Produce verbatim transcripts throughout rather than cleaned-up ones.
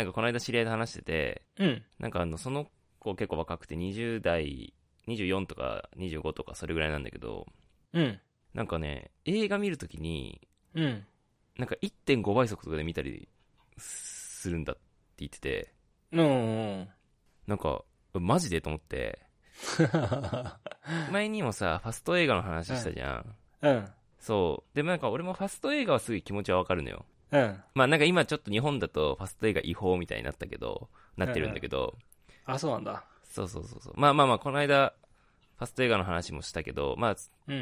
なんかこの間知り合いと話してて、 うん。 なんかあの、その子結構若くてにじゅう代、にじゅうよんとかにじゅうごとかそれぐらいなんだけど、 うん。 なんかね、映画見るときに、 うん。 なんかいってんごばい速とかで見たりするんだって言ってて、 うん。 なんか、マジでと思って、前にもさ、ファスト映画の話したじゃん。 うん。 そう。でもなんか俺もファスト映画はすごい気持ちはわかるのよ。 うん。 まあなんか今ちょっと日本だとファスト映画違法みたいになったけど、なってるんだけど、 あ、そうなんだ。 そうそうそうそう。まあまあまあ、この間、ファスト映画の話もしたけど、まあ、 うん。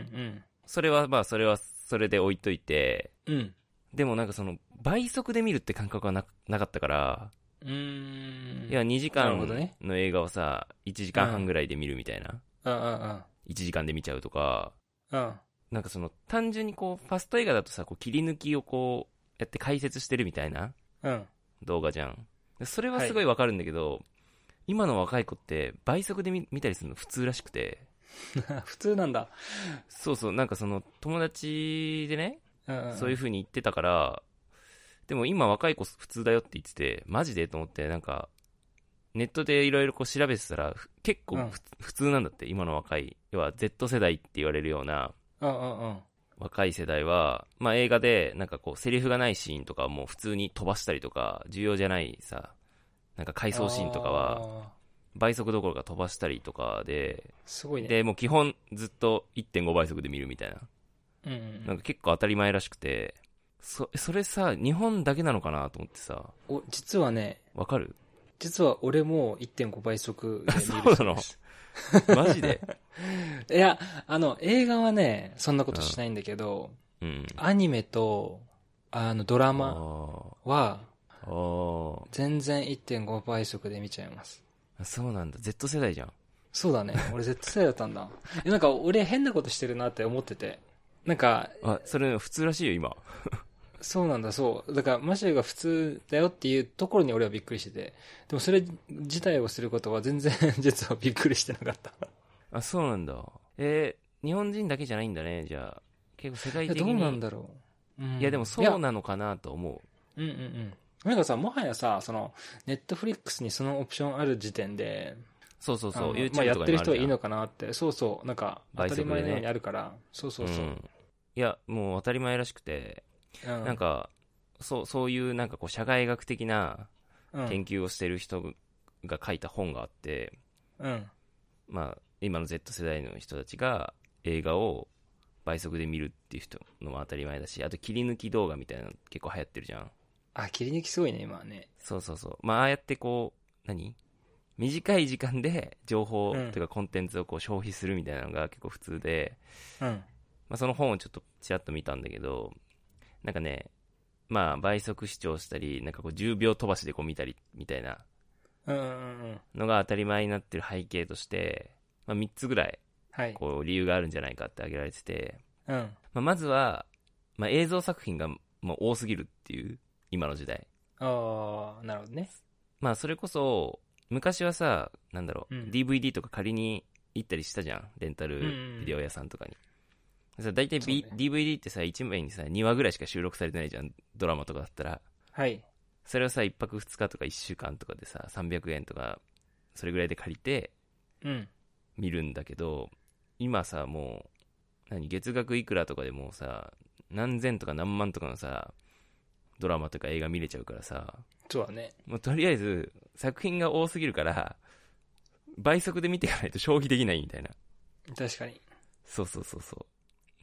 それはまあ、それはそれで置いといて、 うん。うん。 でもなんかその、倍速で見るって感覚はななかったから、 うーん。 いや、2時なるほど間ね。 の映画をさ、いちじかんはんぐらいで見るみたいな。 うんうんいちじかんで見ちゃうとか、 うん。うん。 なんかその、単純にこう、ファスト映画だとさ、こう切り抜きをこう、やって解説してるみたいなうん。 動画じゃん。でそれはすごいわかるんだけど、今の若い子って倍速で見見たりするの普通らしくて、 普通なんだ。 そうそう、なんかその友達でね、 うんうん。 そういう風に言ってたから、でも今若い子普通だよって言ってて、マジでと思って、なんか、ネットでいろいろこう調べてたら、ふ結構ふ、 うん普通なんだって、今の若い。要は Z 世代って言われるようなうんうんうん。 若い世代は、まあ映画でなんかこうセリフがないシーンとかはもう普通に飛ばしたりとか、重要じゃないさ、なんか回想シーンとかは、 あー倍速どころか飛ばしたりとかで、 すごいね。 で、もう基本ずっといってんごばい速で見るみたいな。 うんうんなんか結構当たり前らしくて、そ、それさ、日本だけなのかなと思ってさ、 うん。お、実はね、 わかる？ 実は俺もいってんごばい速で見るそうなの？マジで？ いや、あの、映画はね、そんなことしないんだけど、 うん。 アニメと、あの、ドラマあは、 あ。あ全然いってんごばい速で見ちゃいます。 あ。そうなんだ。Z 世代じゃん。 そうだね。俺 Z 世代だったんだ。えなんか俺変なことしてるなって思ってて。なんか、 あ、それ普通らしいよ、今。 そうなんだ、そう。だから、マシューが普通だよっていうところに俺はびっくりしてて。でもそれ自体をすることは全然実はびっくりしてなかった。 あ、そうなんだ。えー、日本人だけじゃないんだね、じゃあ。結構世界的に。 どうなんだろう。うん、 いや、でもそうなのかなと思うんうんうん。なんかさ、もはやさ、その、ネットフリックスにそのオプションある時点で、 う。そうそうそう。 あの YouTube とまあ、やってるかにもあるじゃん。 人はいいのかなって、そうそう、なんか、当たり前のようにあるから、そうそうそう。 ん。いや、もう当たり前らしくて、 うん、 なんか、そう、そういうなんかこう、社会学的なうん、 研究をしてる人が書いた本があって、 うん、 まあ、今の Z 世代の人たちが映画を倍速で見るっていう人のも当たり前だし、あと切り抜き動画みたいなの結構流行ってるじゃん。 あ、切り抜きすごいね、今はね。 そうそうそう。まあ、ああやってこう、何短い時間で情報うんというかコンテンツをこう消費するみたいなのが結構普通で、 うん、 まあ、その本をちょっとちらっと見たんだけど、なんかね、まあ、倍速視聴したり、なんかこうじゅうびょう飛ばしでこう見たりみたいなうん、うん、うん。 のが当たり前になってる背景として、まあ、みっつぐらいはい。 こう理由があるんじゃないかって挙げられてて、 うん。 まあ、まずは、まあ、映像作品がもう多すぎるっていう今の時代。 ああ、なるほどね。 まあそれこそ昔はさ、なんだろう、 うんディーブイディー とか借りに行ったりしたじゃん、レンタルビデオ屋さんとかに。さ大体、B そうねディーブイディー ってさいちまいにさにわぐらいしか収録されてないじゃん、ドラマとかだったら。 はい。 それをさいっぱくふつかとかいっしゅうかんとかでささんびゃくえんとかそれぐらいで借りてうん。 見るんだけど、今さもう何月額いくらとかでもうさ何千とか何万とかのさドラマとか映画見れちゃうからさ、 そうだね。 もうとりあえず作品が多すぎるから倍速で見ていかないと消費できないみたいな。 確かに。 そうそうそうそう。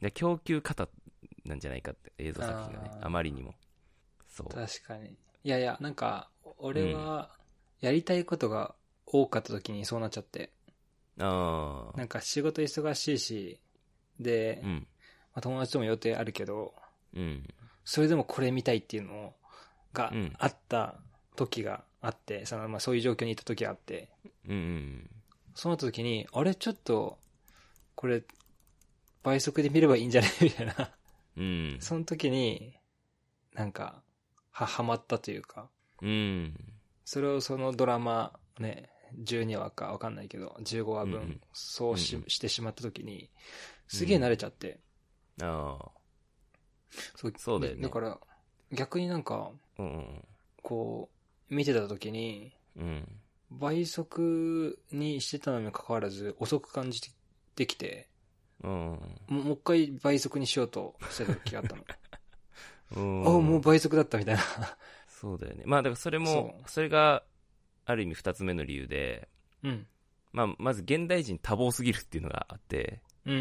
で供給過多なんじゃないかって、映像作品がね、 あーあまりにも。そう。 確かに。いやいや、なんか、俺は、やりたいことが多かった時にそうなっちゃって。 ああ。 なんか仕事忙しいし、で、 うん。 まあ、友達とも予定あるけど、 うん。 それでもこれ見たいっていうのがうんあった時があって、そのまあそういう状況にいた時があって、 うんうんその時に、あれちょっと、これ、倍速で見ればいいんじゃないみたいな。 うんその時に、なんか、は、はまったというか、 うんそれをそのドラマ、ね、じゅうにわかわかんないけど、じゅうごわぶんうんうん、 そうし,、 うんうんしてしまった時に、すげえ慣れちゃって。 ああ。 そうそうだよねだから、逆になんか、 うんうんこう、 見てた時に、 うん。 倍速にしてたのにもかかわらず遅く感じてきて、 うん。 もうもう一回倍速にしようとしてた時があったの。 うあ、 ん。 もう倍速だったみたいな。 そうだよね。まあだからそれも、 そうそれがある意味二つ目の理由で、 うん。 まあまず現代人多忙すぎるっていうのがあって、 うん。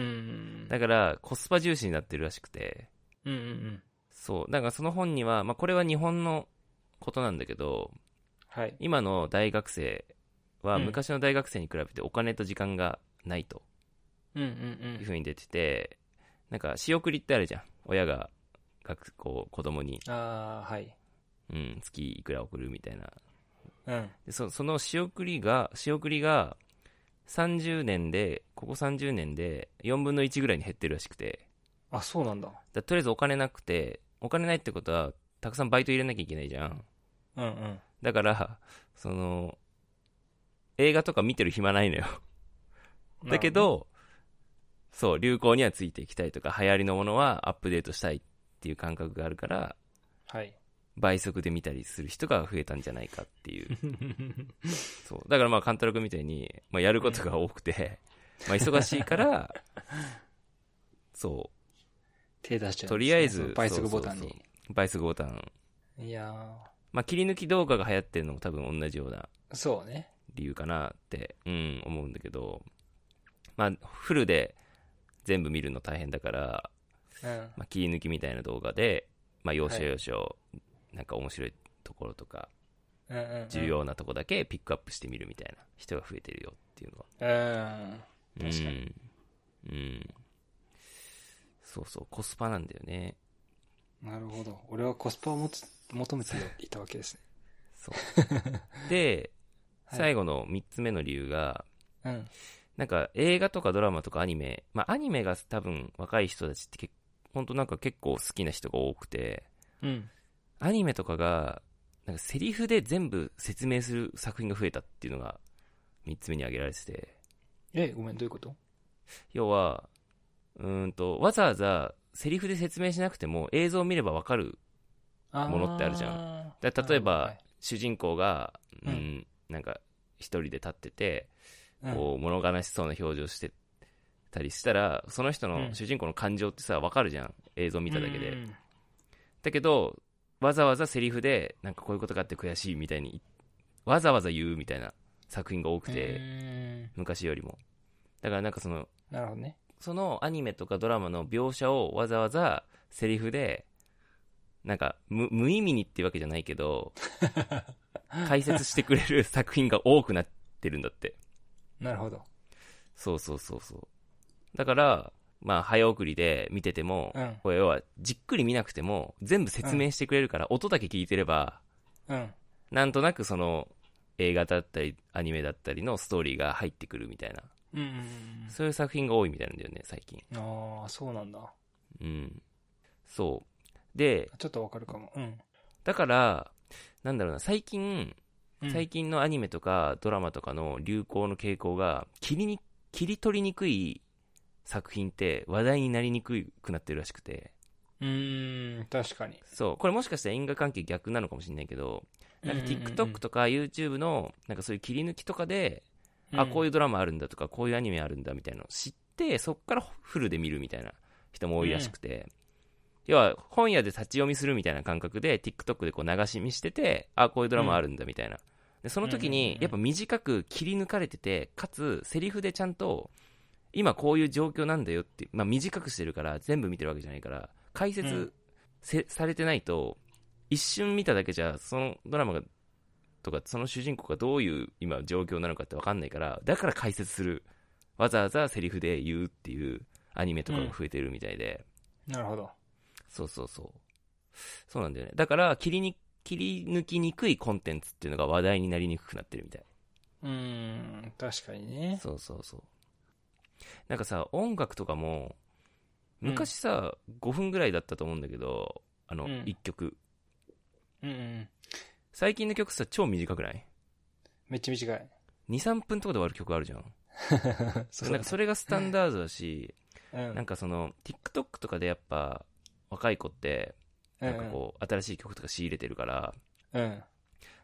だからコスパ重視になってるらしくて、 うんうんうん。 そう。だからその本には、まあこれは日本のことなんだけど、 はい。 今の大学生はうん昔の大学生に比べてお金と時間がないとうんうんいう風に出てて、なんか仕送りってあるじゃん。親が学校、子供に、 うん。ああ、はい。 うん、月いくら送るみたいな。 うん。 でそその仕送りが、仕送りがさんじゅうねんで、ここさんじゅうねんでよんぶんのいちぐらいに減ってるらしくて、 あ、そうなんだ。 だとりあえずお金なくて、お金ないってことは、たくさんバイト入れなきゃいけないじゃん。 うんうん。 だから、その、映画とか見てる暇ないのよ。だけど、そう、流行にはついていきたいとか、流行りのものはアップデートしたいっていう感覚があるから、 はい。 倍速で見たりする人が増えたんじゃないかっていう。そう。だからまあ、カンタロ君みたいに、まあ、やることが多くて、まあ、忙しいから、そ手出しちゃう。 うんですねとりあえず、 倍速ボタンに。 そうそうそう倍速ボタン。 いやまあ、切り抜き動画が流行ってるのも多分同じようなー、そうね。 理由かなって、うん、思うんだけど、まあ、フルで全部見るの大変だから、 うん。 まあ、切り抜きみたいな動画で、まあ、要所要所、なんか面白いところとか、 うんうんうん。 重要なとこだけピックアップしてみるみたいな人が増えてるよっていうのは。 うん。確かに。 うん。うん。そうそう、コスパなんだよね。 なるほど。俺はコスパを持つ求めていたわけですね。 そう。で、 はい最後のみっつめの理由が、 うん。 なんか映画とかドラマとかアニメ、まあアニメが多分若い人たちって結本当なんか結構好きな人が多くて、 うん。 アニメとかが、なんかセリフで全部説明する作品が増えたっていうのがみっつめに挙げられてて、 え、ごめん、どういうこと？ 要は、うーんと、わざわざセリフで説明しなくても映像を見ればわかるあものってあるじゃん。だ例えば、主人公が、うん、 うんなんか一人で立ってて、 うん、 こう物悲しそうな表情してたりしたら、その人の主人公の感情ってさ、わかるじゃん。映像見ただけで。 うんだけど、わざわざセリフで、なんかこういうことがあって悔しいみたいに、わざわざ言うみたいな作品が多くて、 うん昔よりも。だからなんかその、 なるほどね。 そのアニメとかドラマの描写をわざわざセリフで、なんか無無意味にっていうわけじゃないけど、解説してくれる作品が多くなってるんだって。 なるほど。 そうそうそうそう。だから、まあ、早送りで見てても、 うんこれ要はじっくり見なくても、全部説明してくれるから、音だけ聞いてれば、 うん。 なんとなくその、映画だったり、アニメだったりのストーリーが入ってくるみたいな。 うんうんそういう作品が多いみたいなんだよね、最近。 うん。ああ、そうなんだ。 うん。そう。で、 ちょっとわかるかも。うん。 だから、なんだろうな、最近、 うん最近のアニメとかドラマとかの流行の傾向が、切りに、切り取りにくい作品って話題になりにくくなってるらしくて。 うーん、確かに。 そう。これもしかしたら因果関係逆なのかもしれないけど、なんかうんうんうんうん TikTok とか YouTube の、なんかそういう切り抜きとかで、あ、こういうドラマあるんだとか、こういうアニメあるんだみたいなのを知って、そっからフルで見るみたいな人も多いらしくて、要は本屋で立ち読みするみたいな感覚で TikTok でこう流し見してて、あ、こういうドラマあるんだみたいな。でその時にやっぱ短く切り抜かれてて、かつセリフでちゃんと今こういう状況なんだよって、まあ短くしてるから全部見てるわけじゃないから、解説せ、されてないと、一瞬見ただけじゃそのドラマがとかその主人公がどういう今状況なのかって分かんないから、だから解説する、わざわざセリフで言うっていうアニメとかが増えてるみたいで、 うん、なるほど。 そうそうそうそうなんだよね。だから切りに切り抜きにくいコンテンツっていうのが話題になりにくくなってるみたい。 うーん、確かにね。 そうそうそう。なんかさ、音楽とかも昔さ、うん、ごふんぐらいだったと思うんだけど、あの、うん、いっきょく。 うんうん。 最近の曲さ、超短くない？ めっちゃ短い。 に、さんぷんとかで終わる曲あるじゃん。そう、なんかそれがスタンダードだし、うん、なんかその TikTok とかでやっぱ若い子ってなんかこう、うん、新しい曲とか仕入れてるから、 うん、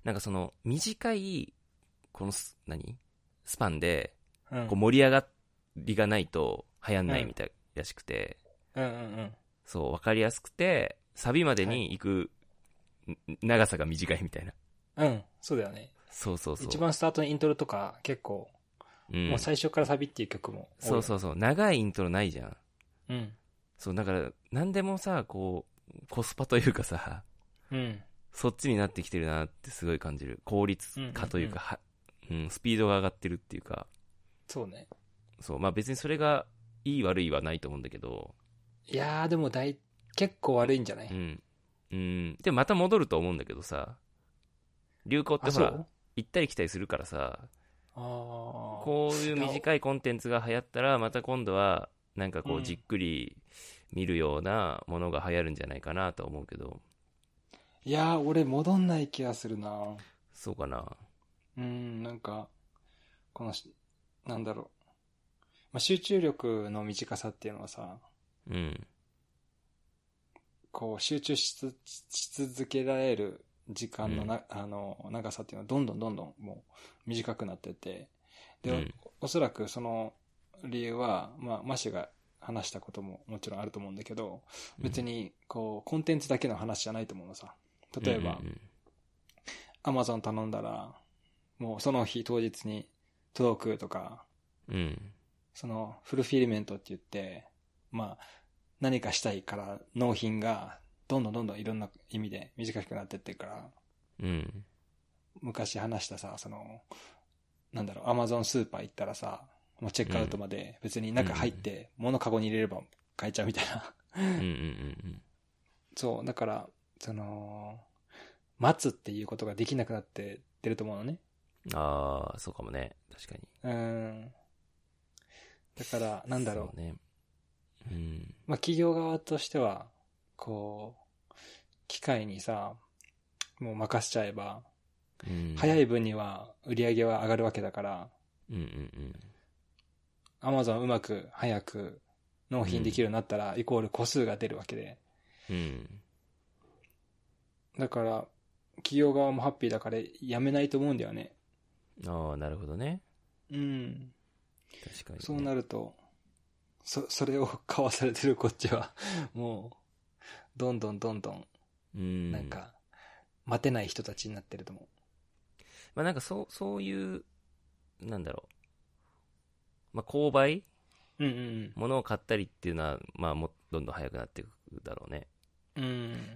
なんかその短いこのス何スパンでうんこう盛り上がりがないと流行んないみたいらしくて、 うんうんうんそう分かりやすくてサビまでに行く、はい、長さが短いみたいな。 うんそうだよね。 そうそうそう。 一番スタートのイントロとか結構、うん、もう最初からサビっていう曲も多い。 そうそうそう。長いイントロないじゃん。 うん。そうだから何でもさこうコスパというかさ、 うん、 そっちになってきてるなってすごい感じる。効率化というか、うん、うんうん、スピードが上がってるっていうか。 そうね。 そうまあ別にそれがいい悪いはないと思うんだけど。 いやーでも大結構悪いんじゃない？ うんうんでまた戻ると思うんだけどさ、流行ってほら行ったり来たりするからさ、 あこういう短いコンテンツが流行ったらまた今度はなんかこうじっくり見るようなものが流行るんじゃないかなと思うけど、 いやー俺戻んない気がするな。 そうかな。 うんなんかこのなんだろう、まあ、集中力の短さっていうのはさ、 うんこう集中しつし続けられる時間のな、うん、あの長さっていうのはどんどんどんどんもう短くなってて、で、うん、お, おそらくその理由は、まあ、マシが話したことももちろんあると思うんだけど、別にこうコンテンツだけの話じゃないと思うのさ。例えば、うんうんうん、Amazon 頼んだらもうその日当日に届くとか、 うん、 そのフルフィルメントって言って、まあ何かしたいから納品がどんどんどんどんいろんな意味で短くなってってるから、 うん、 昔話したさ、そのなんだろう、Amazon スーパー行ったらさ、もうチェックアウトまで別に中入って物カゴに入れれば買えちゃうみたいなうんうんうん、うん、 そうだからその待つっていうことができなくなってってると思うのね。 ああそうかもね、確かに。 うんだからなんだろう、 そうね、うん、 まあ企業側としてはこう機械にさもう任せちゃえば、うん、早い分には売り上げは上がるわけだから、 うんうんうん、 Amazon うまく早く納品できるようになったら、うん、イコール個数が出るわけで、 うん、 だから企業側もハッピーだからやめないと思うんだよね。 ああなるほどね。 うん確かに、ね、 そうなるとそそれを買わされてるこっちはもうどんどんどんどん、うん、なんか待てない人たちになってると思う。 まあなんかそうそういうなんだろう、まあ購買、 うんうんうん、 物を買ったりっていうのはまあもどんどん早くなっていくだろうね。 うん、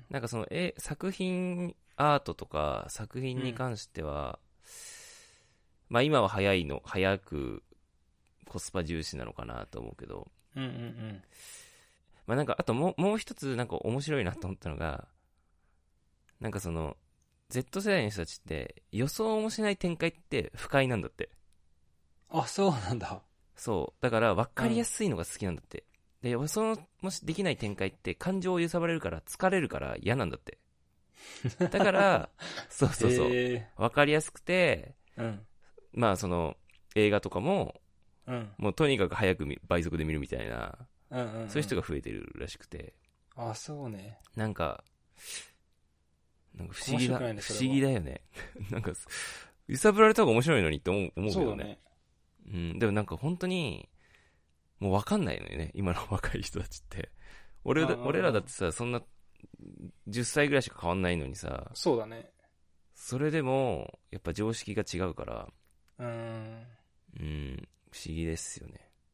なんかそのえ作品アートとか作品に関しては、うん、まあ今は早いの早くコスパ重視なのかなと思うけど、 うんうんうん、 まあなんかあともうもう一つなんか面白いなと思ったのが、なんかその Z 世代の人たちって予想もしない展開って不快なんだって。 あ、そうなんだ。 そうだから分かりやすいのが好きなんだって、うん、で予想もしできない展開って感情を揺さぶられるから疲れるから嫌なんだって。だからそうそうそう、えー、分かりやすくて、 うん、 まあその映画とかも、 うん、 もうとにかく早く倍速で見るみたいな、 うんうんうん、 そういう人が増えてるらしくて。 あ、そうね。 なんかなんか不思議だ、ね、不思議だよねなんか揺さぶられた方が面白いのにって思う、思うけどね。ね、うん、でもなんか本当にもう分かんないのよね今の若い人たちって。 俺, だ俺らだってさそんなじゅっさいぐらいしか変わんないのにさ。 そうだね。 それでもやっぱ常識が違うから、 うーん、 うん、不思議ですよね。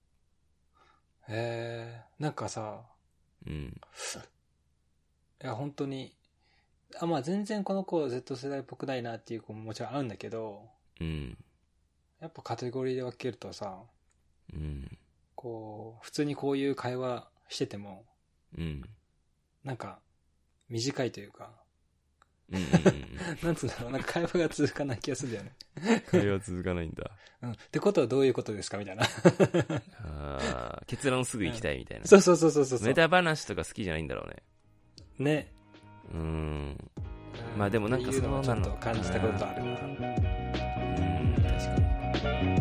へえ、なんかさ、 うん、いや本当にあ、まあ全然この子 Z 世代っぽくないなっていう子ももちろんあるんだけど、 うん、 やっぱカテゴリーで分けるとさ、 うん、 こう普通にこういう会話してても、 うん、 なんか短いというか、 うんうんうん、 なんつうんだろう、なんか会話が続かない気がするんだよね。 会話続かないんだ。 うん。ってことはどういうことですかみたいな。 あ、結論すぐ行きたいみたいな、うん。 そうそうそうそうそう。 ネタ話とか好きじゃないんだろうね。 ね。 うーん。まあでもなんかそうなの。 ちょっと感じたことあるな。 うん、確かに。